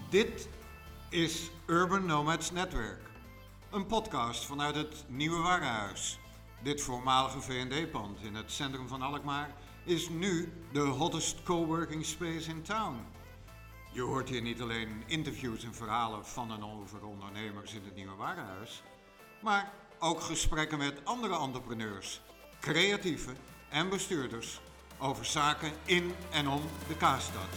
Dit is Urban Nomads Netwerk, een podcast vanuit het Nieuwe Warenhuis. Dit voormalige V&D-pand in het centrum van Alkmaar is nu de hottest coworking space in town. Je hoort hier niet alleen interviews en verhalen van en over ondernemers in het Nieuwe Warenhuis, maar ook gesprekken met andere entrepreneurs, creatieven en bestuurders over zaken in en om de Kaasstad.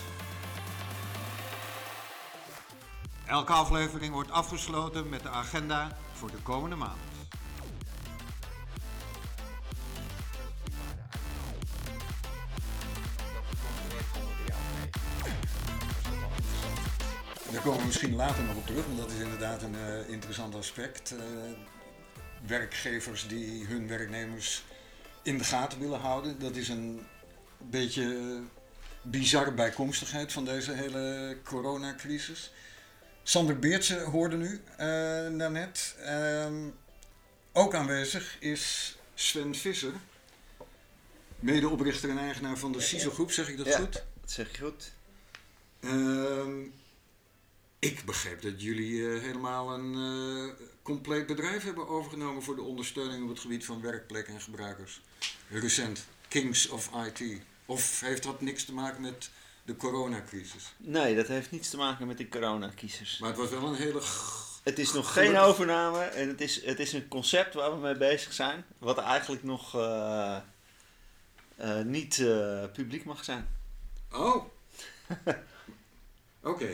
Elke aflevering wordt afgesloten met de agenda voor de komende maand. Daar komen we misschien later nog op terug, want dat is inderdaad een interessant aspect. Werkgevers die hun werknemers in de gaten willen houden, dat is een beetje bizarre bijkomstigheid van deze hele coronacrisis. Sander Beertsen hoorde nu daarnet. Ook aanwezig is Sven Visser, medeoprichter en eigenaar van de CISO Groep, zeg ik dat goed? Ja, dat zeg je goed. Ik begreep dat jullie helemaal een compleet bedrijf hebben overgenomen voor de ondersteuning op het gebied van werkplek en gebruikers. Recent, Kings of IT. Of heeft dat niks te maken met de coronacrisis? Nee, dat heeft niets te maken met de coronacrisis. Maar het was wel een hele... Het is nog geen overname en het is een concept waar we mee bezig zijn. Wat eigenlijk nog niet publiek mag zijn. Oh! Oké.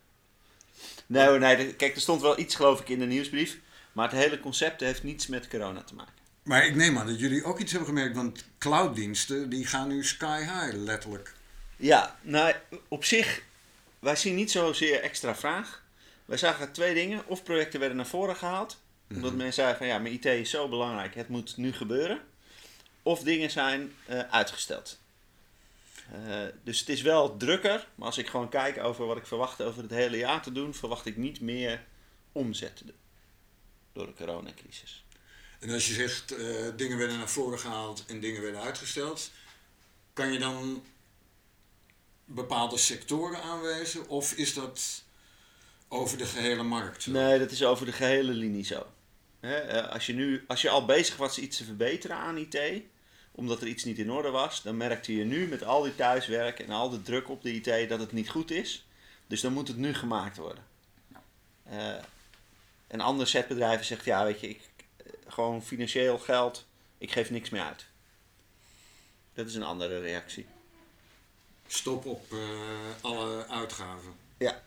Nee, kijk, er stond wel iets geloof ik in de nieuwsbrief. Maar het hele concept heeft niets met corona te maken. Maar ik neem aan dat jullie ook iets hebben gemerkt, want clouddiensten die gaan nu sky high, letterlijk. Ja, nou op zich, wij zien niet zozeer extra vraag. Wij zagen twee dingen. Of projecten werden naar voren gehaald. Omdat men zei van ja, mijn IT is zo belangrijk, het moet nu gebeuren. Of dingen zijn uitgesteld. Dus het is wel drukker. Maar als ik gewoon kijk over wat ik verwacht over het hele jaar te doen, verwacht ik niet meer omzet te doen. Door de coronacrisis. En als je zegt dingen werden naar voren gehaald en dingen werden uitgesteld, kan je dan bepaalde sectoren aanwijzen of is dat over de gehele markt zo? Nee, dat is over de gehele linie zo. Als je al bezig was iets te verbeteren aan IT, omdat er iets niet in orde was, dan merkte je nu met al die thuiswerk en al de druk op de IT dat het niet goed is. Dus dan moet het nu gemaakt worden. Een ander set bedrijven zegt, ja weet je, gewoon financieel geld, ik geef niks meer uit. Dat is een andere reactie. Stop op alle uitgaven. Ja.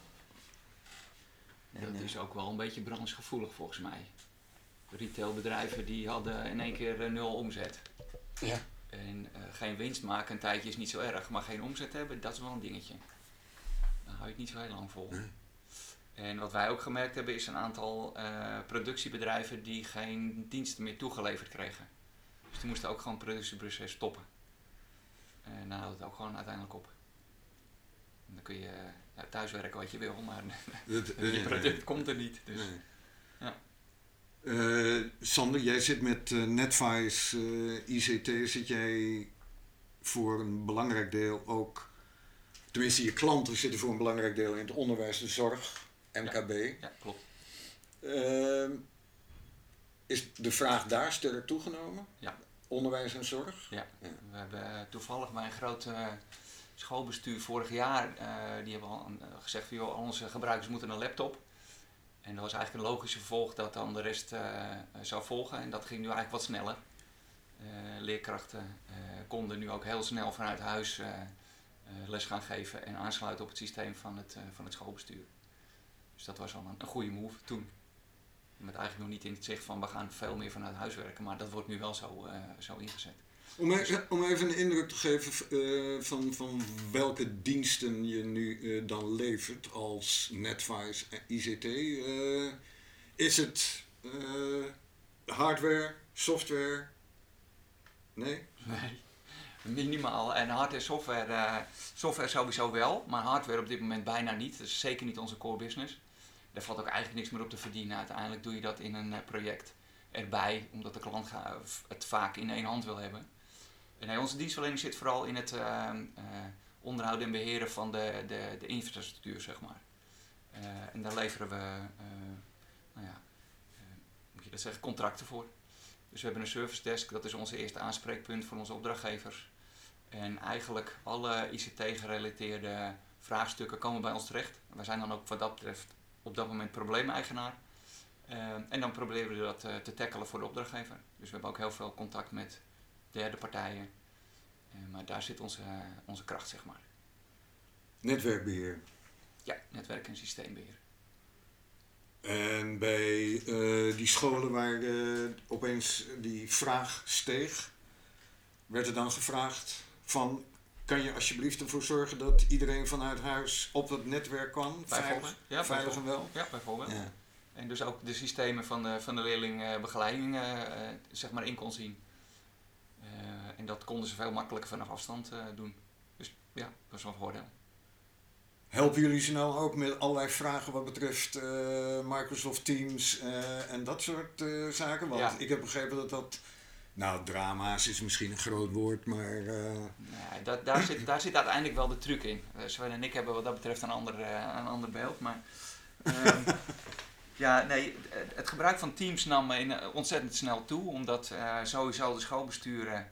Dat is ook wel een beetje branchegevoelig volgens mij. Retailbedrijven die hadden in één keer 0 omzet. Ja. En geen winst maken een tijdje is niet zo erg, maar geen omzet hebben, dat is wel een dingetje. Dan hou je het niet zo heel lang vol. Nee. En wat wij ook gemerkt hebben is een aantal productiebedrijven die geen diensten meer toegeleverd kregen. Dus die moesten ook gewoon het productieproces stoppen. En dan houdt het ook gewoon uiteindelijk op. En dan kun je thuiswerken wat je wil, maar je product komt er niet. Dus. Nee. Ja. Sander, jij zit met Netwise ICT, zit jij voor een belangrijk deel ook, tenminste je klanten zitten voor een belangrijk deel in het onderwijs, de zorg, MKB. Ja, klopt. Is de vraag daar sterk toegenomen? Ja. Onderwijs en zorg? Ja. We hebben toevallig bij een groot schoolbestuur vorig jaar, die hebben al gezegd van joh, onze gebruikers moeten een laptop. En dat was eigenlijk een logische vervolg dat dan de rest zou volgen. En dat ging nu eigenlijk wat sneller. Leerkrachten konden nu ook heel snel vanuit huis les gaan geven en aansluiten op het systeem van het schoolbestuur. Dus dat was al een goede move toen. Met eigenlijk nog niet in het zicht van we gaan veel meer vanuit huis werken, maar dat wordt nu wel zo ingezet. Om even een indruk te geven van welke diensten je nu dan levert als Netwise ICT. Is het hardware, software? Nee? Nee, minimaal. En hardware, software sowieso wel, maar hardware op dit moment bijna niet. Dat is zeker niet onze core business. Daar valt ook eigenlijk niks meer op te verdienen. Uiteindelijk doe je dat in een project erbij, omdat de klant het vaak in één hand wil hebben. Nee, onze dienstverlening zit vooral in het onderhouden en beheren van de infrastructuur, zeg maar. En daar leveren we moet je dat zeggen, contracten voor. Dus we hebben een service desk, dat is onze eerste aanspreekpunt voor onze opdrachtgevers. En eigenlijk alle ICT-gerelateerde vraagstukken komen bij ons terecht. Wij zijn dan ook wat dat betreft op dat moment probleemeigenaar. En dan proberen we dat te tackelen voor de opdrachtgever. Dus we hebben ook heel veel contact met derde partijen. Maar daar zit onze kracht, zeg maar. Netwerkbeheer. Ja, netwerk- en systeembeheer. En bij die scholen waar opeens die vraag steeg, werd er dan gevraagd van, kan je alsjeblieft ervoor zorgen dat iedereen vanuit huis op het netwerk kan? Veilig en wel? Ja, bijvoorbeeld. Ja. En dus ook de systemen van de leerlingbegeleiding zeg maar in kon zien. En dat konden ze veel makkelijker vanaf afstand doen. Dus ja, dat is wel een voordeel. Helpen jullie ze nou ook met allerlei vragen wat betreft Microsoft Teams en dat soort zaken? Want ik heb begrepen dat drama's is misschien een groot woord, maar... Nee, daar zit uiteindelijk wel de truc in. Sven en ik hebben wat dat betreft een ander beeld, maar... het gebruik van Teams nam ontzettend snel toe, omdat sowieso de schoolbesturen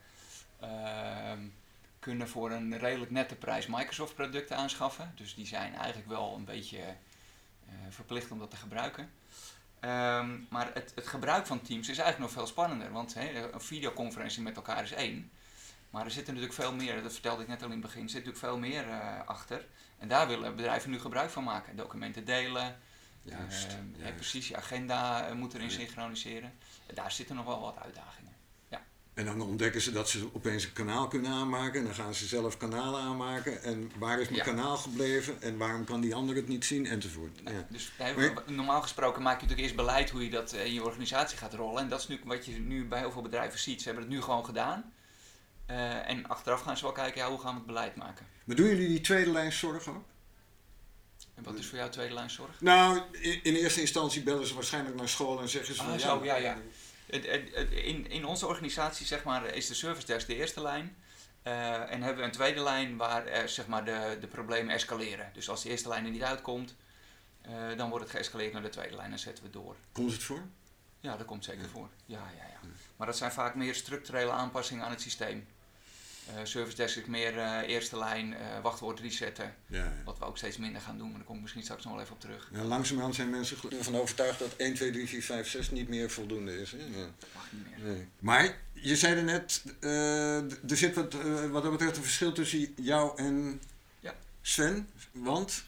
kunnen voor een redelijk nette prijs Microsoft producten aanschaffen. Dus die zijn eigenlijk wel een beetje verplicht om dat te gebruiken. Maar het gebruik van Teams is eigenlijk nog veel spannender, want een videoconferentie met elkaar is één. Maar er zit natuurlijk veel meer, dat vertelde ik net al in het begin, er zit natuurlijk veel meer achter. En daar willen bedrijven nu gebruik van maken. Documenten delen, Juist. precies, je agenda moet erin synchroniseren. Daar zitten nog wel wat uitdagingen. En dan ontdekken ze dat ze opeens een kanaal kunnen aanmaken. En dan gaan ze zelf kanalen aanmaken. En waar is mijn kanaal gebleven? En waarom kan die ander het niet zien? Enzovoort. Ja. Dus normaal gesproken maak je natuurlijk eerst beleid hoe je dat in je organisatie gaat rollen. En dat is nu wat je nu bij heel veel bedrijven ziet. Ze hebben het nu gewoon gedaan. En achteraf gaan ze wel kijken, hoe gaan we het beleid maken. Maar doen jullie die tweede lijn zorg ook? En wat is voor jou tweede lijn zorg? Nou, in eerste instantie bellen ze waarschijnlijk naar school en zeggen ze van... Ja. In onze organisatie zeg maar, is de service desk de eerste lijn. En hebben we een tweede lijn waar zeg maar de problemen escaleren. Dus als de eerste lijn er niet uitkomt, dan wordt het geëscaleerd naar de tweede lijn en zetten we door. Komt het voor? Ja, dat komt zeker voor. Ja. Maar dat zijn vaak meer structurele aanpassingen aan het systeem. Service desk is meer eerste lijn, wachtwoord resetten. Ja. Wat we ook steeds minder gaan doen, maar daar kom ik misschien straks nog wel even op terug. Ja, langzamerhand zijn mensen ervan overtuigd dat 1, 2, 3, 4, 5, 6 niet meer voldoende is. Hè? Ja. Dat mag niet meer. Nee. Maar je zei er net, er zit wat dat betreft een verschil tussen jou en Sven, want...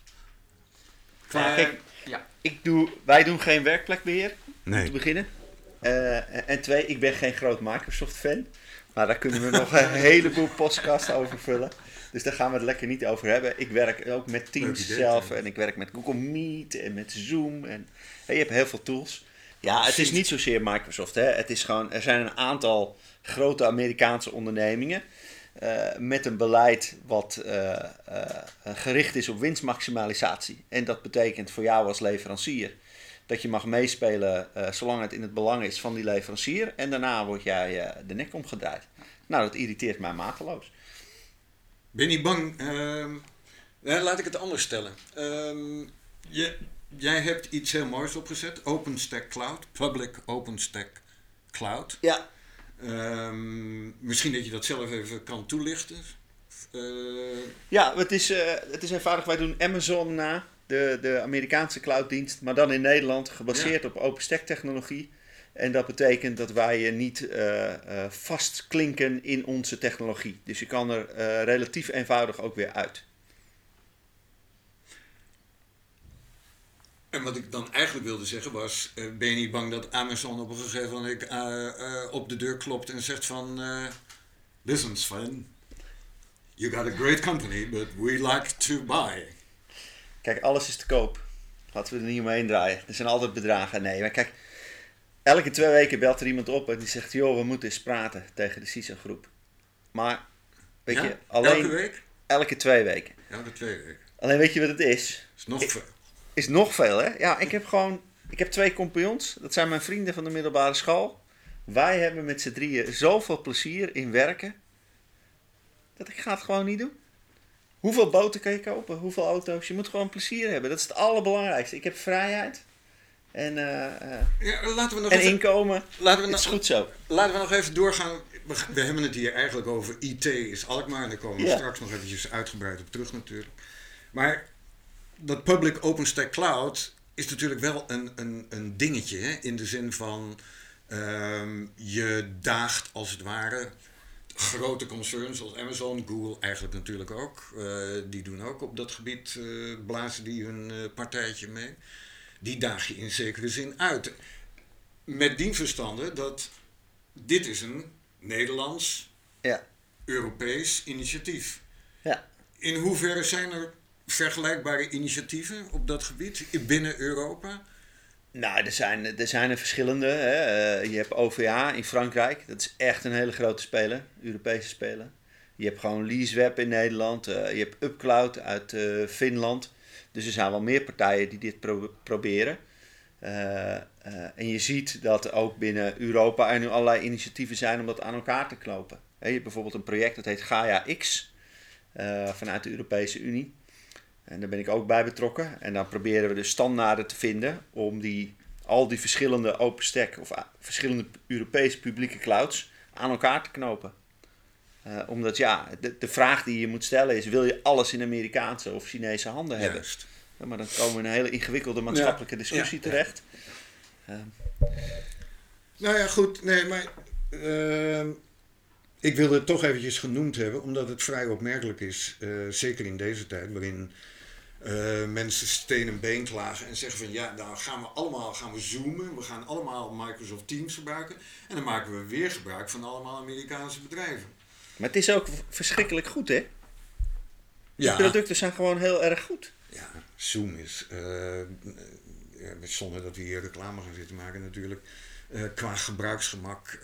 Wij doen geen werkplekbeheer, om Nee. te beginnen. En 2, ik ben geen groot Microsoft-fan. Maar daar kunnen we nog een heleboel podcasts over vullen. Dus daar gaan we het lekker niet over hebben. Ik werk ook met Teams zelf. En ik werk met Google Meet en met Zoom. En je hebt heel veel tools. Ja, het is niet zozeer Microsoft. Hè. Het is gewoon, er zijn een aantal grote Amerikaanse ondernemingen. Met een beleid wat gericht is op winstmaximalisatie. En dat betekent voor jou als leverancier dat je mag meespelen zolang het in het belang is van die leverancier. En daarna word jij de nek omgedraaid. Nou, dat irriteert mij mateloos. Ben je niet bang? Laat ik het anders stellen. Jij hebt iets heel moois opgezet. OpenStack Cloud. Public OpenStack Cloud. Ja. Misschien dat je dat zelf even kan toelichten. Ja, het is eenvoudig. Wij doen Amazon na. De Amerikaanse clouddienst, maar dan in Nederland, gebaseerd op OpenStack technologie. En dat betekent dat wij je niet vastklinken in onze technologie. Dus je kan er relatief eenvoudig ook weer uit. En wat ik dan eigenlijk wilde zeggen was, ben je niet bang dat Amazon op een gegeven moment op de deur klopt en zegt van, listen Sven, you got a great company, but we like to buy. Kijk, alles is te koop. Laten we er niet omheen draaien. Er zijn altijd bedragen. Nee, maar kijk, elke 2 weken belt er iemand op en die zegt, joh, we moeten eens praten tegen de CISO-groep. Maar, weet je, alleen... Elke week? Elke 2 weken. Elke 2 weken. Alleen weet je wat het is? Is nog veel. Is nog veel, hè? Ja, ik heb 2 compagnons. Dat zijn mijn vrienden van de middelbare school. Wij hebben met z'n drieën zoveel plezier in werken, dat ik ga het gewoon niet doen. Hoeveel boten kan je kopen? Hoeveel auto's? Je moet gewoon plezier hebben. Dat is het allerbelangrijkste. Ik heb vrijheid. En, laten we nog en even, inkomen. laten we Het is nog, goed zo. laten we nog even doorgaan. We hebben het hier eigenlijk over IT is Alkmaar. En daar komen we straks nog eventjes uitgebreid op terug natuurlijk. Maar dat Public OpenStack Cloud is natuurlijk wel een dingetje. Hè? In de zin van je daagt als het ware grote concerns zoals Amazon, Google eigenlijk natuurlijk ook. Die doen ook op dat gebied, blazen die hun partijtje mee. Die daag je in zekere zin uit. Met dien verstande dat dit is een Nederlands, Europees initiatief. Ja. In hoeverre zijn er vergelijkbare initiatieven op dat gebied binnen Europa? Nou, er zijn er verschillende. Hè. Je hebt OVH in Frankrijk. Dat is echt een hele grote speler. Europese speler. Je hebt gewoon LeaseWeb in Nederland. Je hebt UpCloud uit Finland. Dus er zijn wel meer partijen die dit proberen. En je ziet dat ook binnen Europa er nu allerlei initiatieven zijn om dat aan elkaar te knopen. Je hebt bijvoorbeeld een project dat heet Gaia X vanuit de Europese Unie. En daar ben ik ook bij betrokken. En dan proberen we de standaarden te vinden om al die verschillende OpenStack of verschillende Europese publieke clouds aan elkaar te knopen. Omdat de vraag die je moet stellen is, wil je alles in Amerikaanse of Chinese handen hebben? Ja, maar dan komen we in een hele ingewikkelde maatschappelijke discussie terecht. Nou ja, goed. Nee, maar ik wilde het toch eventjes genoemd hebben, omdat het vrij opmerkelijk is, zeker in deze tijd, waarin mensen steen en been klagen en zeggen van ja, dan gaan we zoomen, we gaan allemaal Microsoft Teams gebruiken en dan maken we weer gebruik van allemaal Amerikaanse bedrijven. Maar het is ook verschrikkelijk goed, hè? Ja. De producten zijn gewoon heel erg goed. Ja, Zoom is, zonder dat we hier reclame gaan zitten maken natuurlijk, qua gebruiksgemak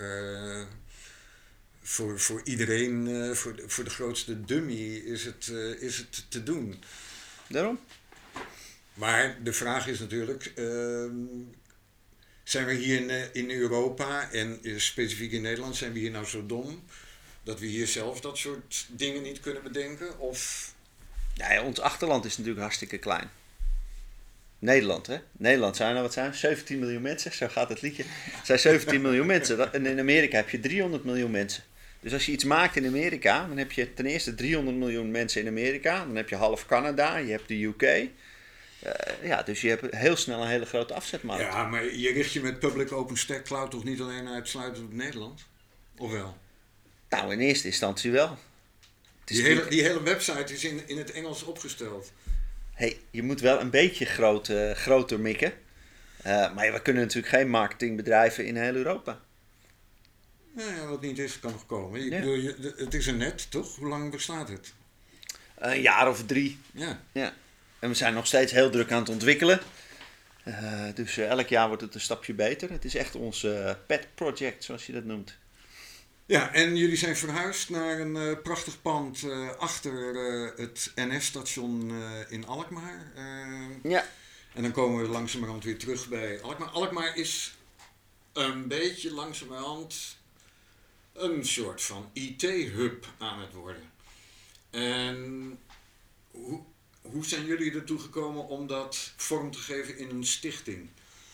voor iedereen, voor de grootste dummy is het te doen. Daarom? Maar de vraag is natuurlijk, zijn we hier in Europa en specifiek in Nederland, zijn we hier nou zo dom dat we hier zelf dat soort dingen niet kunnen bedenken? Of... Ja, ons achterland is natuurlijk hartstikke klein. Nederland, hè? Nederland zijn er, wat zijn 17 miljoen mensen, zo gaat het liedje. Het zijn 17 miljoen mensen. En in Amerika heb je 300 miljoen mensen. Dus als je iets maakt in Amerika, dan heb je ten eerste 300 miljoen mensen in Amerika. Dan heb je half Canada, je hebt de UK. Dus je hebt heel snel een hele grote afzetmarkt. Ja, maar je richt je met Public OpenStack Cloud toch niet alleen uitsluitend op Nederland? Of wel? Nou, in eerste instantie wel. Die hele website is in het Engels opgesteld. Je moet wel een beetje groter mikken. Maar we kunnen natuurlijk geen marketingbedrijven in heel Europa. Nou ja, wat niet is, kan nog komen. Bedoel, het is er net, toch? Hoe lang bestaat het? Een jaar of 3. Ja. En we zijn nog steeds heel druk aan het ontwikkelen. Dus elk jaar wordt het een stapje beter. Het is echt ons pet project, zoals je dat noemt. Ja, en jullie zijn verhuisd naar een prachtig pand achter het NS-station in Alkmaar. Ja. En dan komen we langzamerhand weer terug bij Alkmaar. Alkmaar is een beetje langzamerhand een soort van IT-hub aan het worden. En hoe zijn jullie ertoe gekomen om dat vorm te geven in een stichting?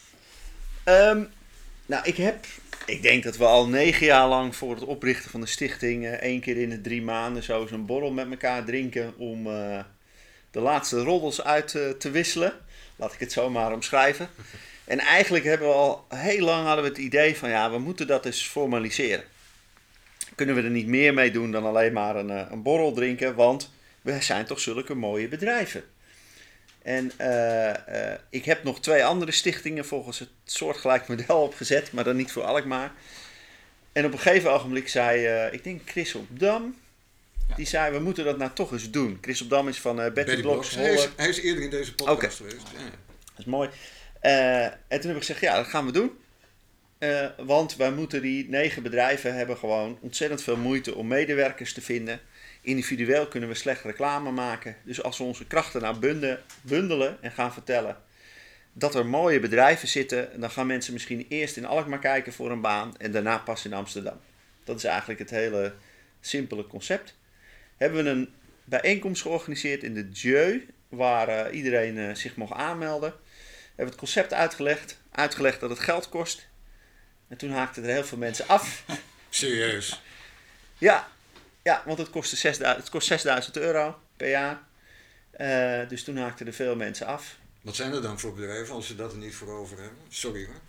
Ik denk dat we al 9 jaar lang voor het oprichten van de stichting 1 keer in de 3 maanden zo zo'n borrel met elkaar drinken om de laatste roddels uit te wisselen. Laat ik het zo maar omschrijven. En eigenlijk hebben we al heel lang hadden we het idee van we moeten dat eens formaliseren. Kunnen we er niet meer mee doen dan alleen maar een borrel drinken, want we zijn toch zulke mooie bedrijven. En ik heb nog 2 andere stichtingen volgens het soortgelijk model opgezet, maar dan niet voor Alkmaar. En op een gegeven ogenblik zei, ik denk Chris op Dam, die zei, we moeten dat nou toch eens doen. Chris op Dam is van Betty Blocks. Hij is eerder in deze podcast geweest. Ja. Dat is mooi. En toen heb ik gezegd, dat gaan we doen. Want wij moeten die 9 bedrijven hebben gewoon ontzettend veel moeite om medewerkers te vinden. Individueel kunnen we slecht reclame maken. Dus als we onze krachten nou bundelen en gaan vertellen dat er mooie bedrijven zitten, dan gaan mensen misschien eerst in Alkmaar kijken voor een baan en daarna pas in Amsterdam. Dat is eigenlijk het hele simpele concept. Hebben we een bijeenkomst georganiseerd in de Dieu, waar iedereen zich mocht aanmelden. We hebben het concept uitgelegd dat het geld kost. En toen haakten er heel veel mensen af. Serieus? Ja, want het kost €6.000 per jaar. Dus toen haakten er veel mensen af. Wat zijn er dan voor bedrijven als ze dat er niet voor over hebben? Sorry hoor.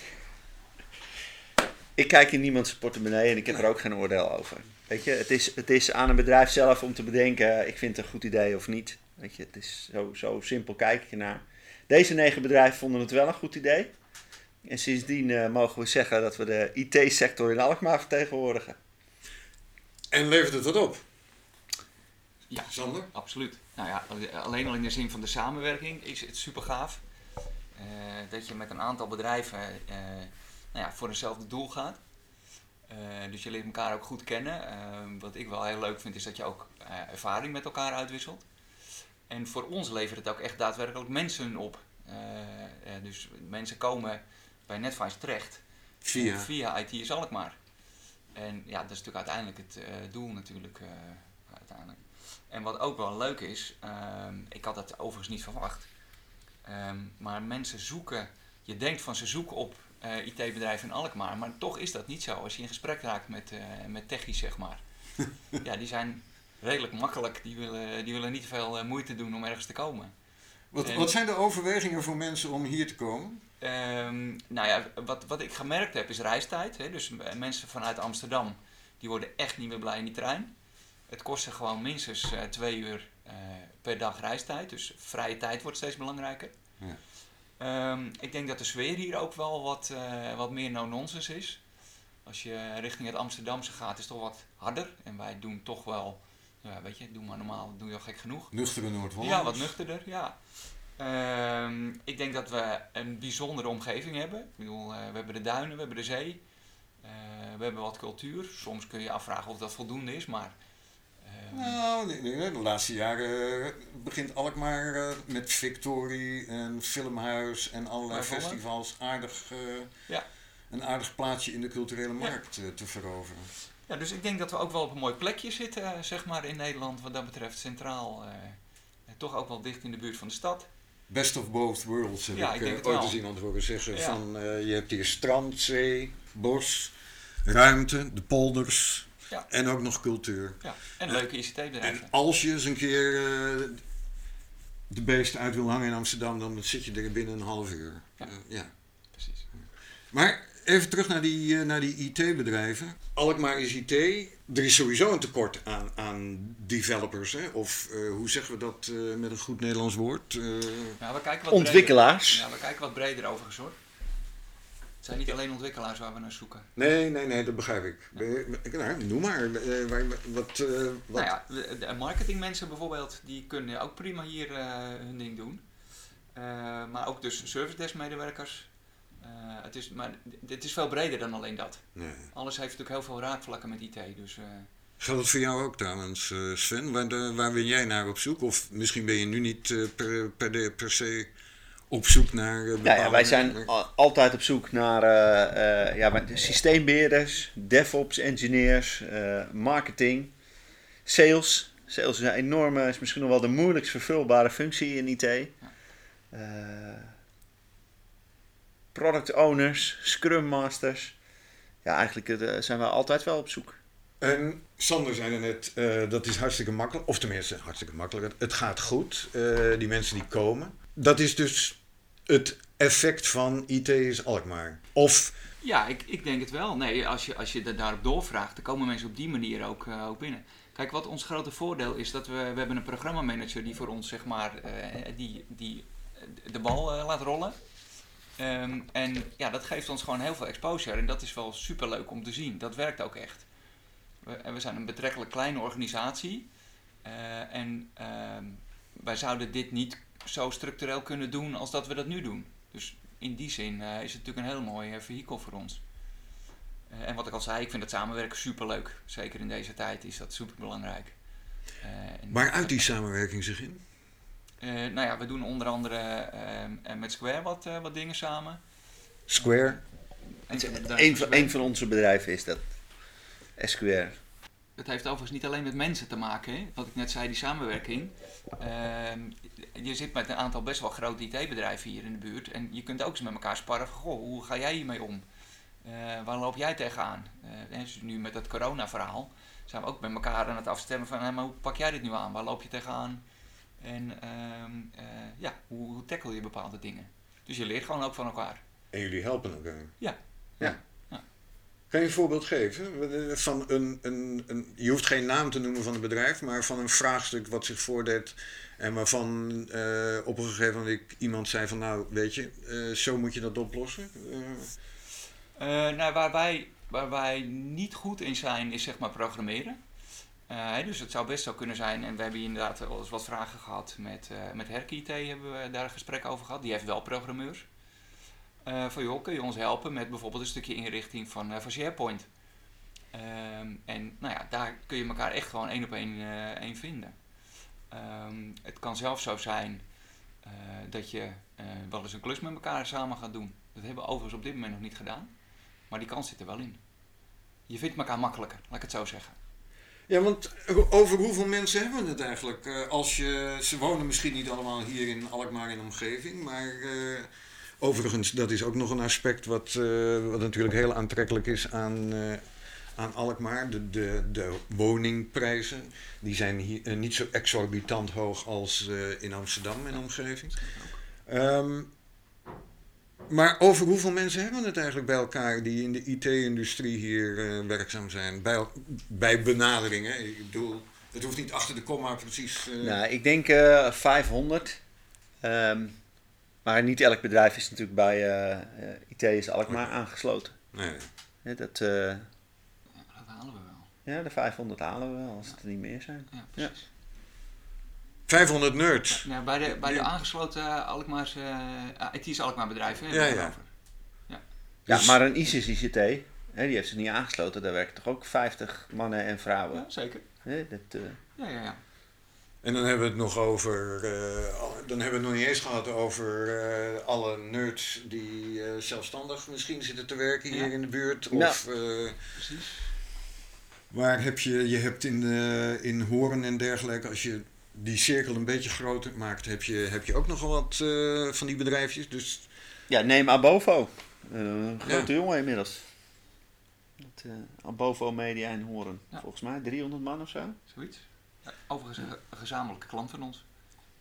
Ik kijk in niemands portemonnee en ik heb er ook geen oordeel over. Weet je, het is aan een bedrijf zelf om te bedenken, ik vind het een goed idee of niet. Weet je, het is zo simpel kijk ik ernaar. Deze 9 bedrijven vonden het wel een goed idee. En sindsdien mogen we zeggen dat we de IT-sector in Alkmaar vertegenwoordigen. En levert het wat op? Ja, Sander? absoluut. Nou ja, alleen al in de zin van de samenwerking is het super gaaf. Dat je met een aantal bedrijven voor eenzelfde doel gaat. Dus je leert elkaar ook goed kennen. Wat ik wel heel leuk vind is dat je ook ervaring met elkaar uitwisselt. En voor ons levert het ook echt daadwerkelijk mensen op. Dus mensen komen bij Netwise terecht via IT is Alkmaar. En ja, dat is natuurlijk uiteindelijk het doel natuurlijk. Uiteindelijk. En wat ook wel leuk is, ik had dat overigens niet verwacht. Maar mensen zoeken, je denkt van ze zoeken op IT-bedrijven in Alkmaar, maar toch is dat niet zo. Als je in gesprek raakt met techies, zeg maar. Ja, die zijn redelijk makkelijk, die willen niet veel moeite doen om ergens te komen. Wat zijn de overwegingen voor mensen om hier te komen? Wat ik gemerkt heb is reistijd. Hè? Dus mensen vanuit Amsterdam, die worden echt niet meer blij in die trein. Het kost ze gewoon minstens 2 uur per dag reistijd. Dus vrije tijd wordt steeds belangrijker. Ja. Ik denk dat de sfeer hier ook wel wat meer no-nonsense is. Als je richting het Amsterdamse gaat, is het toch wat harder. En wij doen toch wel, doe maar normaal, doe je al gek genoeg. Nuchtere Noord-Hollanders. Ja, wat nuchterder, ja. Ik denk dat we een bijzondere omgeving hebben. Ik bedoel, we hebben de duinen, we hebben de zee. We hebben wat cultuur. Soms kun je je afvragen of dat voldoende is, maar... Nee, de laatste jaren begint Alkmaar met Victorie en Filmhuis en allerlei festivals een aardig plaatsje in de culturele markt te veroveren. Ja, dus ik denk dat we ook wel op een mooi plekje zitten, zeg maar, in Nederland wat dat betreft. Centraal, toch ook wel dicht in de buurt van de stad. Best of both worlds heb ik ooit wel. eens iemand horen zeggen. Ja. Je hebt hier strand, zee, bos, ruimte, de polders... Ja. En ook nog cultuur. Ja, en leuke ICT-bedrijven. En als je eens een keer de beesten uit wil hangen in Amsterdam, dan zit je er binnen een half uur. Ja. Precies. Maar even terug naar die IT-bedrijven. Alkmaar is IT. Er is sowieso een tekort aan developers. Hè? Of hoe zeggen we dat met een goed Nederlands woord? We kijken wat ontwikkelaars. Breder. We kijken wat breder overigens hoor. Het zijn niet alleen ontwikkelaars waar we naar zoeken. Nee, dat begrijp ik. Ja. Noem maar. Wat? De marketingmensen bijvoorbeeld, die kunnen ook prima hier hun ding doen. Maar ook dus service desk medewerkers. Het is veel breder dan alleen dat. Nee. Alles heeft natuurlijk heel veel raakvlakken met IT. Dus, geldt het voor jou ook trouwens, Sven? Waar ben jij naar op zoek? Of misschien ben je nu niet per se... op zoek naar wij zijn altijd op zoek naar systeembeheerders, DevOps engineers, marketing, sales. Sales is misschien nog wel de moeilijkst vervulbare functie in IT. Product owners, scrum masters. Ja, eigenlijk zijn we altijd wel op zoek. En Sander zei er net, dat is hartstikke makkelijk. Of tenminste, hartstikke makkelijk. Het gaat goed. Die mensen die komen. Dat is dus het effect van IT is Alkmaar. Of... Ja, ik denk het wel. Nee, als je daarop doorvraagt, dan komen mensen op die manier ook binnen. Kijk, wat ons grote voordeel is, dat we hebben een programmamanager die voor ons, zeg maar, die de bal laat rollen. En ja, dat geeft ons gewoon heel veel exposure. En dat is wel superleuk om te zien. Dat werkt ook echt. We zijn een betrekkelijk kleine organisatie. Wij zouden dit niet zo structureel kunnen doen als dat we dat nu doen. Dus in die zin is het natuurlijk een heel mooi vehikel voor ons. En wat ik al zei, ik vind het samenwerken superleuk. Zeker in deze tijd is dat superbelangrijk. Waar uit die samenwerking zich in? We doen onder andere met Square wat dingen samen. Een van onze bedrijven is dat. Square. het heeft overigens niet alleen met mensen te maken. Hè? Wat ik net zei, die samenwerking. Je zit met een aantal best wel grote IT-bedrijven hier in de buurt. En je kunt ook eens met elkaar sparren van, goh, hoe ga jij hiermee om? Waar loop jij tegenaan? Dus nu met dat corona-verhaal zijn we ook met elkaar aan het afstemmen van, maar hoe pak jij dit nu aan? Waar loop je tegenaan? En hoe tackle je bepaalde dingen? Dus je leert gewoon ook van elkaar. En jullie helpen elkaar. Ja. Kan je een voorbeeld geven? Van je hoeft geen naam te noemen van het bedrijf, maar van een vraagstuk wat zich voordeed en waarvan op een gegeven moment iemand zei van nou, weet je, zo moet je dat oplossen? Waar wij niet goed in zijn is zeg maar programmeren. Dus het zou best zo kunnen zijn, en we hebben hier inderdaad al eens wat vragen gehad met Herk IT, hebben we daar een gesprek over gehad. Die heeft wel programmeurs. Van joh, kun je ons helpen met bijvoorbeeld een stukje inrichting van SharePoint. En nou ja, daar kun je elkaar echt gewoon 1 op 1 vinden. Het kan zelfs zo zijn dat je wel eens een klus met elkaar samen gaat doen. Dat hebben we overigens op dit moment nog niet gedaan. Maar die kans zit er wel in. Je vindt elkaar makkelijker, laat ik het zo zeggen. Ja, want over hoeveel mensen hebben we het eigenlijk? Ze wonen misschien niet allemaal hier in Alkmaar in omgeving, maar overigens, dat is ook nog een aspect wat natuurlijk heel aantrekkelijk is aan Alkmaar. De woningprijzen, die zijn hier niet zo exorbitant hoog als in Amsterdam en omgeving. Maar over hoeveel mensen hebben we het eigenlijk bij elkaar die in de IT-industrie hier werkzaam zijn? Bij benaderingen. Ik bedoel, het hoeft niet achter de komma precies. Nou, ik denk 500. Maar niet elk bedrijf is natuurlijk bij IT is Alkmaar aangesloten. Nee. Ja, dat halen we wel. Ja, de 500 halen we wel als het er niet meer zijn. Ja, precies. Ja. 500 nerds. Nou, bij de aangesloten Alkmaarse IT's Alkmaar bedrijven. Ja. Ja, maar een ISIS ICT, die heeft zich niet aangesloten. Daar werken toch ook 50 mannen en vrouwen. Ja, zeker. Ja. En dan hebben we het nog over, dan hebben we het nog niet eens gehad over alle nerds die zelfstandig misschien zitten te werken hier in de buurt. Of, precies. Waar je hebt in Hoorn en dergelijke, als je die cirkel een beetje groter maakt, heb je ook nogal wat van die bedrijfjes. Dus... Ja, neem Abovo. Een grote jongen inmiddels. Abovo Media in Hoorn. Ja. Volgens mij 300 man of zo. Zoiets. Ja, overigens een gezamenlijke klant van ons.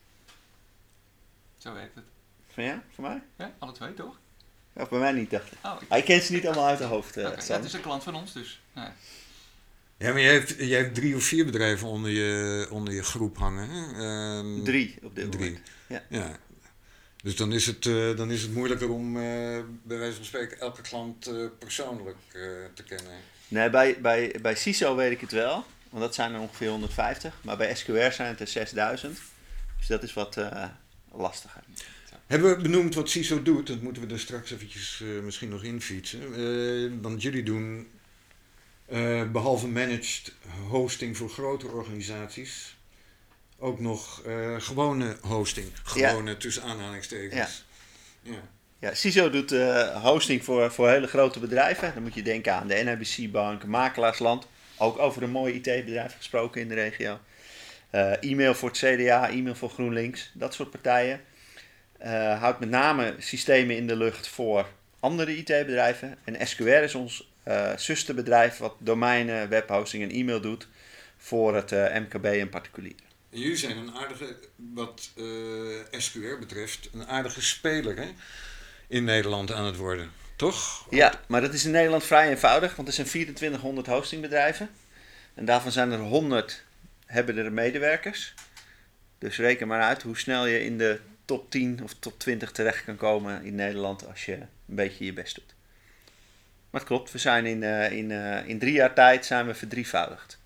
Zo werkt het. Van jou? Van mij? Ja, alle twee toch? Of bij mij niet, dacht ik. Hij kent ze niet allemaal uit de hoofd. Het is een klant van ons dus. Nee. Ja, maar jij hebt 3 of 4 bedrijven onder je groep hangen. Hè? 3 op dit moment. Ja. Dus dan is het moeilijker om bij wijze van spreken elke klant persoonlijk te kennen. Nee, bij CISO weet ik het wel. Want dat zijn er ongeveer 150. Maar bij SQR zijn het er 6000. Dus dat is wat lastiger. Hebben we benoemd wat CISO doet? Dat moeten we er straks eventjes misschien nog infietsen. Want jullie doen behalve managed hosting voor grote organisaties ook nog gewone hosting. Gewone tussen aanhalingstekens. Ja, CISO doet hosting voor hele grote bedrijven. Dan moet je denken aan de NIBC-bank, Makelaarsland. Ook over een mooie IT-bedrijf gesproken in de regio. E-mail voor het CDA, e-mail voor GroenLinks. Dat soort partijen. Houdt met name systemen in de lucht voor andere IT-bedrijven. En SQR is ons zusterbedrijf wat domeinen, webhosting en e-mail doet voor het MKB en particulieren. Jullie zijn een aardige, wat SQR betreft, een aardige speler hè? In Nederland aan het worden, toch? Ja, maar dat is in Nederland vrij eenvoudig, want er zijn 2400 hostingbedrijven. En daarvan zijn er 100 hebben er medewerkers. Dus reken maar uit hoe snel je in de top 10 of top 20 terecht kan komen in Nederland als je een beetje je best doet. Maar het klopt, we zijn in 3 jaar tijd zijn we verdrievoudigd.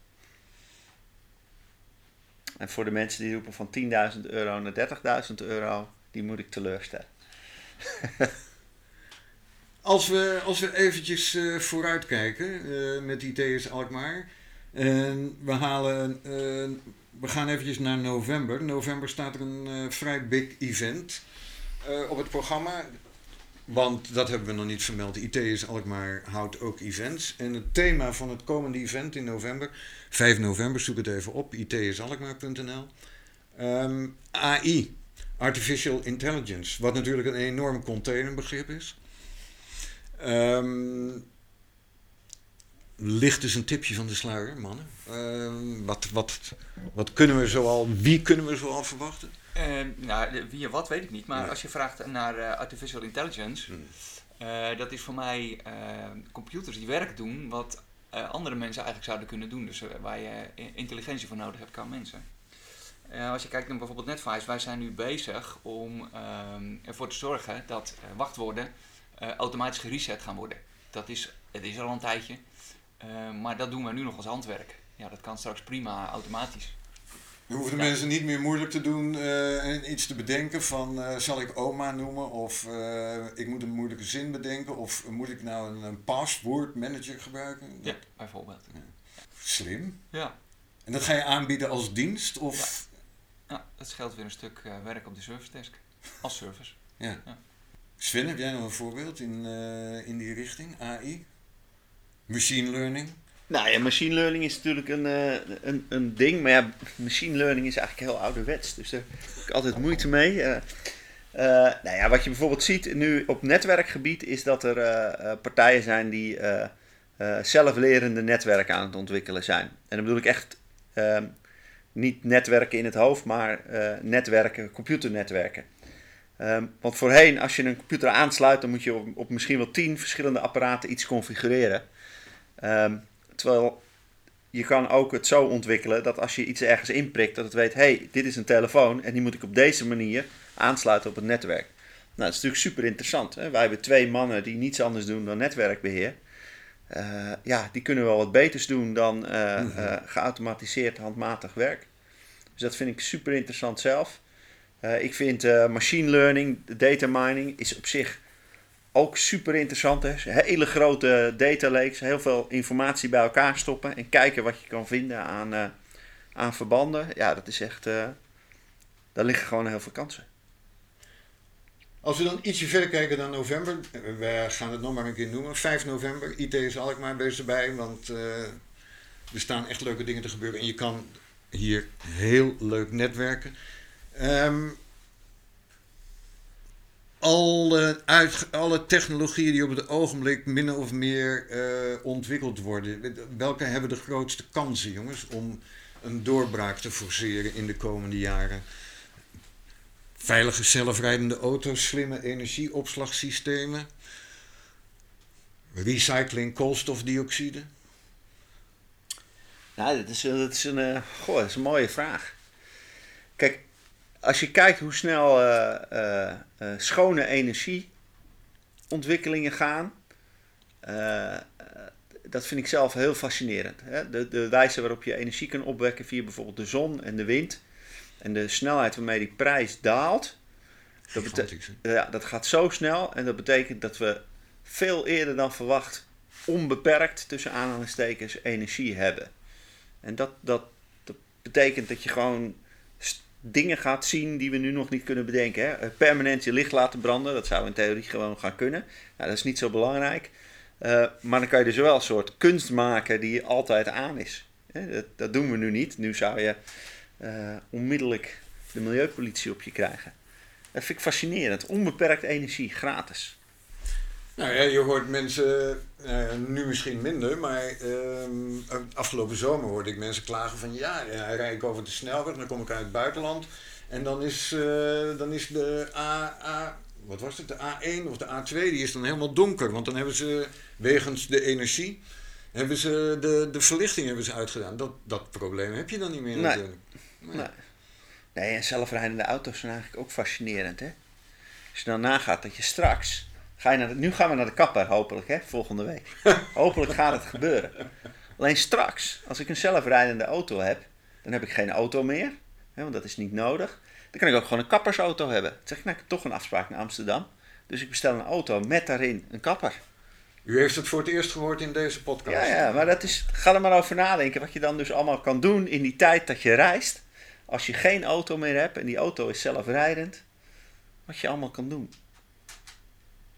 En voor de mensen die roepen van €10.000 naar €30.000, die moet ik teleurstellen. Als we eventjes vooruit kijken met IT'ers Alkmaar. We gaan eventjes naar november. November staat er een vrij big event op het programma. Want dat hebben we nog niet vermeld. ITS Alkmaar houdt ook events. En het thema van het komende event in november, 5 november, zoek het even op, itsalkmaar.nl. AI, Artificial Intelligence, wat natuurlijk een enorm containerbegrip is. Licht dus een tipje van de sluier, mannen. Wat kunnen we wie kunnen we zoal verwachten? Wie en wat weet ik niet, maar als je vraagt naar artificial intelligence, dat is voor mij computers die werk doen wat andere mensen eigenlijk zouden kunnen doen. Dus waar je intelligentie voor nodig hebt qua mensen. Als je kijkt naar bijvoorbeeld NetWise, wij zijn nu bezig om ervoor te zorgen dat wachtwoorden automatisch gereset gaan worden. Het is al een tijdje, maar dat doen we nu nog als handwerk. Ja, dat kan straks prima automatisch. We hoeven de mensen niet meer moeilijk te doen en iets te bedenken van zal ik oma noemen of ik moet een moeilijke zin bedenken of moet ik nou een password manager gebruiken? Ja, bijvoorbeeld. Ja. Slim. Ja. En dat ga je aanbieden als dienst? Of? Ja, dat scheelt weer een stuk werk op de service desk. Als service. Ja. Sven, heb jij nog een voorbeeld in die richting? AI? Machine learning? Nou ja, machine learning is natuurlijk een ding, maar ja, machine learning is eigenlijk heel ouderwets, dus daar heb ik altijd moeite mee. Nou ja, wat je bijvoorbeeld ziet nu op netwerkgebied is dat er partijen zijn die zelflerende netwerken aan het ontwikkelen zijn. En dan bedoel ik echt niet netwerken in het hoofd, maar netwerken, computernetwerken. Want voorheen, als je een computer aansluit, dan moet je op misschien wel 10 verschillende apparaten iets configureren. Terwijl je kan ook het zo ontwikkelen dat als je iets ergens inprikt, dat het weet, hey, dit is een telefoon en die moet ik op deze manier aansluiten op het netwerk. Nou, dat is natuurlijk super interessant. Hè? Wij hebben 2 mannen die niets anders doen dan netwerkbeheer. Die kunnen wel wat beters doen dan geautomatiseerd handmatig werk. Dus dat vind ik super interessant zelf. Ik vind machine learning, data mining is op zich ook super interessant. Hè? Hele grote data lakes, heel veel informatie bij elkaar stoppen en kijken wat je kan vinden aan verbanden. Ja, dat is echt, daar liggen gewoon heel veel kansen. Als we dan ietsje verder kijken dan november, we gaan het nog maar een keer noemen, 5 november, ITS Alkmaar bezig erbij, want er staan echt leuke dingen te gebeuren en je kan hier heel leuk netwerken. Alle technologieën die op het ogenblik min of meer ontwikkeld worden, welke hebben de grootste kansen, jongens, om een doorbraak te forceren in de komende jaren? Veilige zelfrijdende auto's, slimme energieopslagsystemen, recycling koolstofdioxide? Nou, dat is een mooie vraag. Kijk, als je kijkt hoe snel schone energieontwikkelingen gaan, dat vind ik zelf heel fascinerend. Hè? De wijze waarop je energie kan opwekken via bijvoorbeeld de zon en de wind en de snelheid waarmee die prijs daalt, dat gaat zo snel en dat betekent dat we veel eerder dan verwacht onbeperkt tussen aanhalingstekens energie hebben. En dat betekent dat je gewoon dingen gaat zien die we nu nog niet kunnen bedenken. Hè? Permanent je licht laten branden, dat zou in theorie gewoon gaan kunnen. Nou, dat is niet zo belangrijk. Maar dan kan je dus wel een soort kunst maken die altijd aan is. Dat doen we nu niet. Nu zou je onmiddellijk de milieupolitie op je krijgen. Dat vind ik fascinerend. Onbeperkt energie, gratis. Nou ja, je hoort mensen, nu misschien minder, maar afgelopen zomer hoorde ik mensen klagen van rijd ik over de snelweg, dan kom ik uit het buitenland en dan is de wat was het, de A1 of de A2, die is dan helemaal donker, want dan hebben ze wegens de energie, hebben ze de verlichting uitgedaan. Dat probleem heb je dan niet meer natuurlijk. Nee, en zelfrijdende auto's zijn eigenlijk ook fascinerend, hè. Als je dan nagaat dat je straks... Nu gaan we naar de kapper, hopelijk, hè, volgende week. Hopelijk gaat het gebeuren. Alleen straks, als ik een zelfrijdende auto heb, dan heb ik geen auto meer, hè, want dat is niet nodig. Dan kan ik ook gewoon een kappersauto hebben. Dan zeg ik, ik heb toch een afspraak naar Amsterdam. Dus ik bestel een auto met daarin een kapper. U heeft het voor het eerst gehoord in deze podcast. Ja, maar ga er maar over nadenken wat je dan dus allemaal kan doen in die tijd dat je reist. Als je geen auto meer hebt en die auto is zelfrijdend, wat je allemaal kan doen.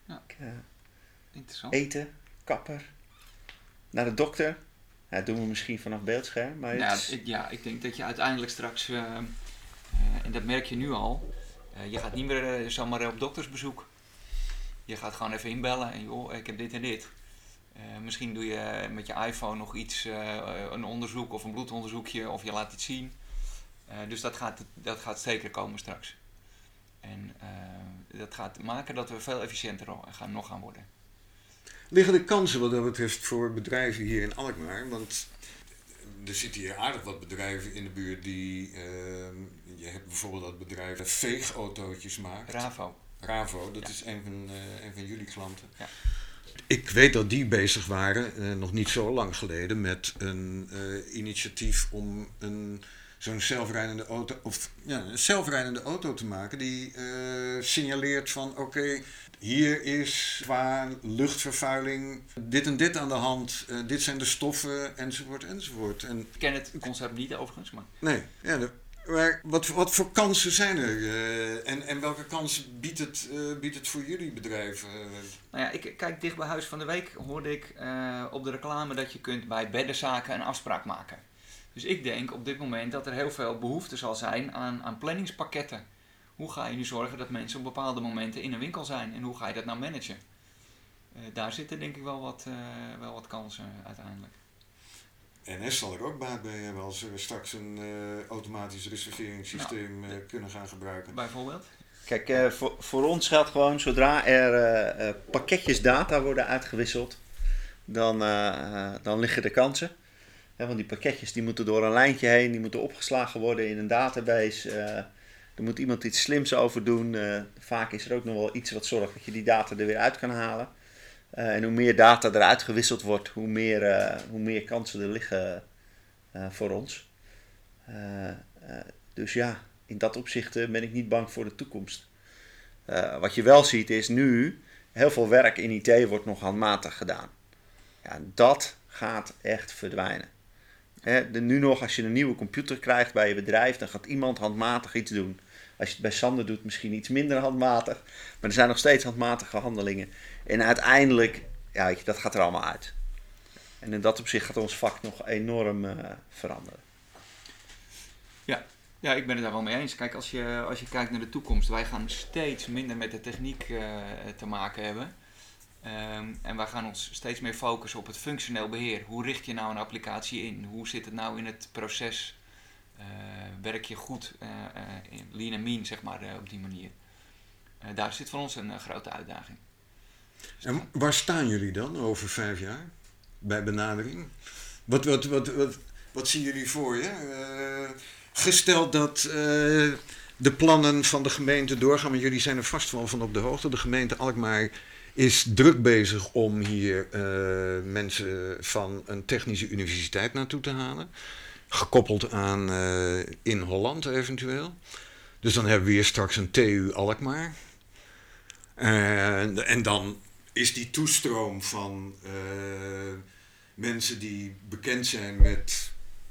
Ja. Interessant. Eten, kapper, naar de dokter. Ja, dat doen we misschien vanaf beeldscherm. Maar ik denk dat je uiteindelijk straks, en dat merk je nu al, je gaat niet meer zomaar op doktersbezoek. Je gaat gewoon even inbellen en joh, ik heb dit en dit. Misschien doe je met je iPhone nog iets, een onderzoek of een bloedonderzoekje of je laat iets zien. Dus dat gaat zeker komen straks. En dat gaat maken dat we veel efficiënter gaan worden. Liggen de kansen wat dat betreft voor bedrijven hier in Alkmaar? Want er zitten hier aardig wat bedrijven in de buurt die... je hebt bijvoorbeeld dat bedrijf veegautootjes maakt. Ravo, dat is een van jullie klanten. Ja. Ik weet dat die bezig waren, nog niet zo lang geleden, met een initiatief om zo'n zelfrijdende auto, een zelfrijdende auto te maken die signaleert van oké, hier is qua luchtvervuiling dit en dit aan de hand, dit zijn de stoffen enzovoort. En, ik ken het concept niet overigens, maar... Nee, ja, maar wat voor kansen zijn er en welke kansen biedt het voor jullie bedrijf? Nou ja, kijk, dicht bij Huis van de Week hoorde ik op de reclame dat je kunt bij beddenzaken een afspraak maken. Dus ik denk op dit moment dat er heel veel behoefte zal zijn aan planningspakketten. Hoe ga je nu zorgen dat mensen op bepaalde momenten in een winkel zijn en hoe ga je dat nou managen? Daar zitten denk ik wel wat kansen uiteindelijk. NS zal er ook baat bij hebben als we straks een automatisch reserveringssysteem kunnen gaan gebruiken. Bijvoorbeeld? Kijk, voor ons geldt gewoon, zodra er pakketjes data worden uitgewisseld, dan liggen de kansen. Want die pakketjes die moeten door een lijntje heen, die moeten opgeslagen worden in een database. Er moet iemand iets slims over doen. Vaak is er ook nog wel iets wat zorgt dat je die data er weer uit kan halen. En hoe meer data eruit gewisseld wordt, hoe meer kansen er liggen voor ons. Dus ja, in dat opzicht ben ik niet bang voor de toekomst. Wat je wel ziet is nu, heel veel werk in IT wordt nog handmatig gedaan. Ja, dat gaat echt verdwijnen. Nu nog, als je een nieuwe computer krijgt bij je bedrijf, dan gaat iemand handmatig iets doen. Als je het bij Sander doet, misschien iets minder handmatig. Maar er zijn nog steeds handmatige handelingen. En uiteindelijk, ja, weet je, dat gaat er allemaal uit. En in dat opzicht gaat ons vak nog enorm veranderen. Ja, ik ben het daar wel mee eens. Kijk, als je kijkt naar de toekomst, wij gaan steeds minder met de techniek te maken hebben. En wij gaan ons steeds meer focussen op het functioneel beheer. Hoe richt je nou een applicatie in? Hoe zit het nou in het proces? Werk je goed in lean en mean, zeg maar, op die manier? Daar zit voor ons een grote uitdaging. En waar staan jullie dan over 5 jaar? Bij benadering? Wat zien jullie voor je? Gesteld dat de plannen van de gemeente doorgaan, maar jullie zijn er vast wel van op de hoogte. De gemeente Alkmaar is druk bezig om hier mensen van een technische universiteit naartoe te halen. Gekoppeld aan in Holland eventueel. Dus dan hebben we hier straks een TU Alkmaar. En dan is die toestroom van mensen die bekend zijn met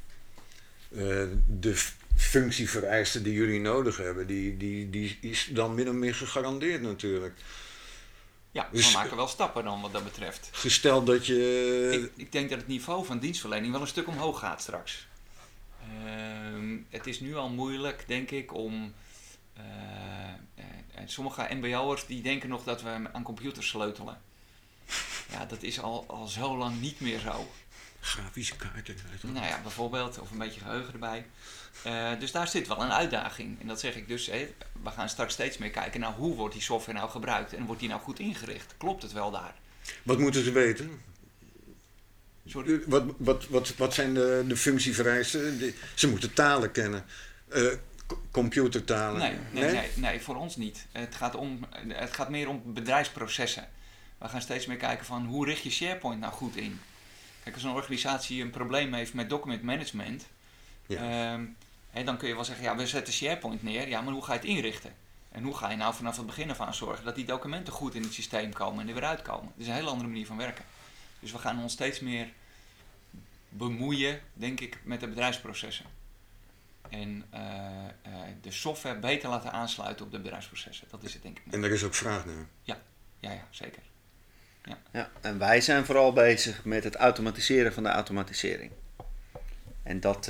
de functievereisten die jullie nodig hebben, die is dan min of meer gegarandeerd natuurlijk. Ja, we maken wel stappen dan wat dat betreft. Gesteld dat je... Ik denk dat het niveau van dienstverlening wel een stuk omhoog gaat straks. Het is nu al moeilijk, denk ik, om... sommige mbo'ers die denken nog dat we aan computers sleutelen. Ja, dat is al zo lang niet meer zo. Grafische kaarten. Nou ja, bijvoorbeeld, of een beetje geheugen erbij. Dus daar zit wel een uitdaging. En dat zeg ik dus, we gaan straks steeds meer kijken naar hoe wordt die software nou gebruikt en wordt die nou goed ingericht? Klopt het wel daar? Wat moeten ze weten? Sorry? Wat zijn de functievereisten? Ze moeten talen kennen. Computertalen. Nee, voor ons niet. Het gaat meer om bedrijfsprocessen. We gaan steeds meer kijken van hoe richt je SharePoint nou goed in? Kijk, als een organisatie een probleem heeft met document management, dan kun je wel zeggen, ja, we zetten SharePoint neer, ja, maar hoe ga je het inrichten? En hoe ga je nou vanaf het begin af aan zorgen dat die documenten goed in het systeem komen en er weer uitkomen? Dat is een hele andere manier van werken. Dus we gaan ons steeds meer bemoeien, denk ik, met de bedrijfsprocessen. En de software beter laten aansluiten op de bedrijfsprocessen. Dat is het, denk ik. En daar is ook vraag naar? Ja. Ja, zeker. Ja, en wij zijn vooral bezig met het automatiseren van de automatisering. En dat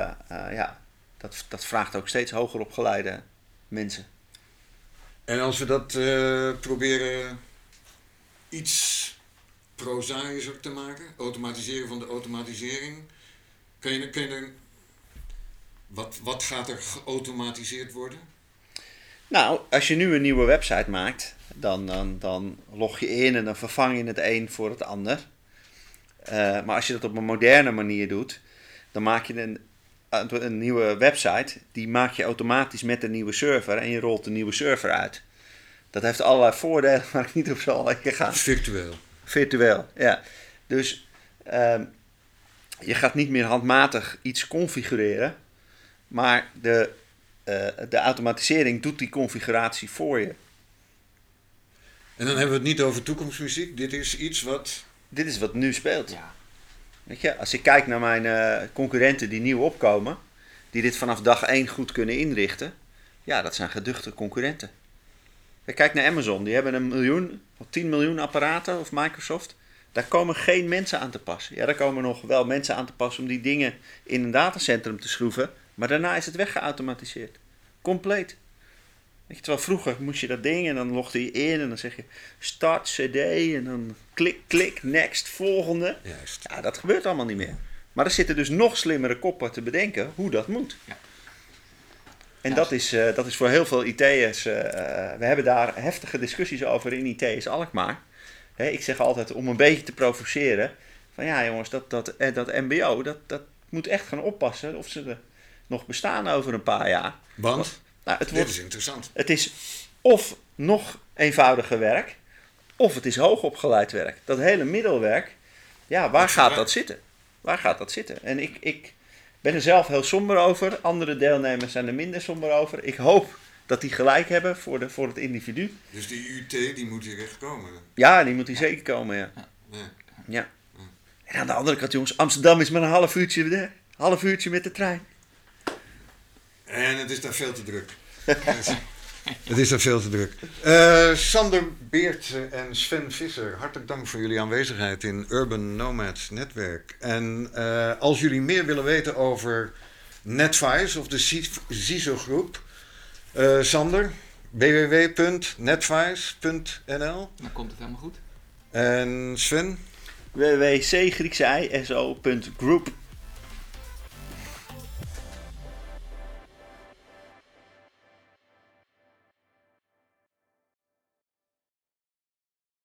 vraagt ook steeds hoger opgeleide mensen. En als we dat proberen iets prozaïscher te maken, automatiseren van de automatisering, wat gaat er geautomatiseerd worden? Nou, als je nu een nieuwe website maakt, dan log je in en dan vervang je het een voor het ander. Maar als je dat op een moderne manier doet, dan maak je een nieuwe website, die maak je automatisch met een nieuwe server en je rolt een nieuwe server uit. Dat heeft allerlei voordelen waar ik niet op zal gaan. Virtueel, ja. Dus je gaat niet meer handmatig iets configureren, maar de automatisering doet die configuratie voor je. En dan hebben we het niet over toekomstmuziek. Dit is iets wat... Dit is wat nu speelt. Ja. Weet je, als ik kijk naar mijn concurrenten die nieuw opkomen, die dit vanaf dag 1 goed kunnen inrichten, ja, dat zijn geduchte concurrenten. Kijk naar Amazon, die hebben 1 miljoen of 10 miljoen apparaten, of Microsoft. Daar komen geen mensen aan te passen. Ja, daar komen nog wel mensen aan te passen om die dingen in een datacentrum te schroeven, maar daarna is het weggeautomatiseerd. Compleet. Weet je, terwijl vroeger moest je dat ding en dan logde je in en dan zeg je start CD en dan klik, next, volgende. Juist. Ja, dat gebeurt allemaal niet meer. Maar er zitten dus nog slimmere koppen te bedenken hoe dat moet. Ja. En Ja, dat is voor heel veel IT'ers, we hebben daar heftige discussies over in IT'ers Alkmaar. Ik zeg altijd om een beetje te provoceren, van ja jongens, dat mbo, dat moet echt gaan oppassen of ze er nog bestaan over een paar jaar. Want? Nou, Dit is interessant. Het is of nog eenvoudiger werk, of het is hoogopgeleid werk. Dat hele middelwerk, ja, waar gaat dat zitten? Waar gaat dat zitten? En ik ben er zelf heel somber over. Andere deelnemers zijn er minder somber over. Ik hoop dat die gelijk hebben voor het individu. Dus die UT, die moet hier echt komen? Ja, die moet hier zeker komen, ja. Ja. En aan de andere kant, jongens, Amsterdam is maar een half uurtje met de trein. En het is daar veel te druk. Het is daar veel te druk. Sander Beertse en Sven Visser, hartelijk dank voor jullie aanwezigheid in Urban Nomads Netwerk. En als jullie meer willen weten over NetWise of de CISO-groep, Sander, www.netwise.nl. Dan komt het helemaal goed. En Sven? www.c-so.group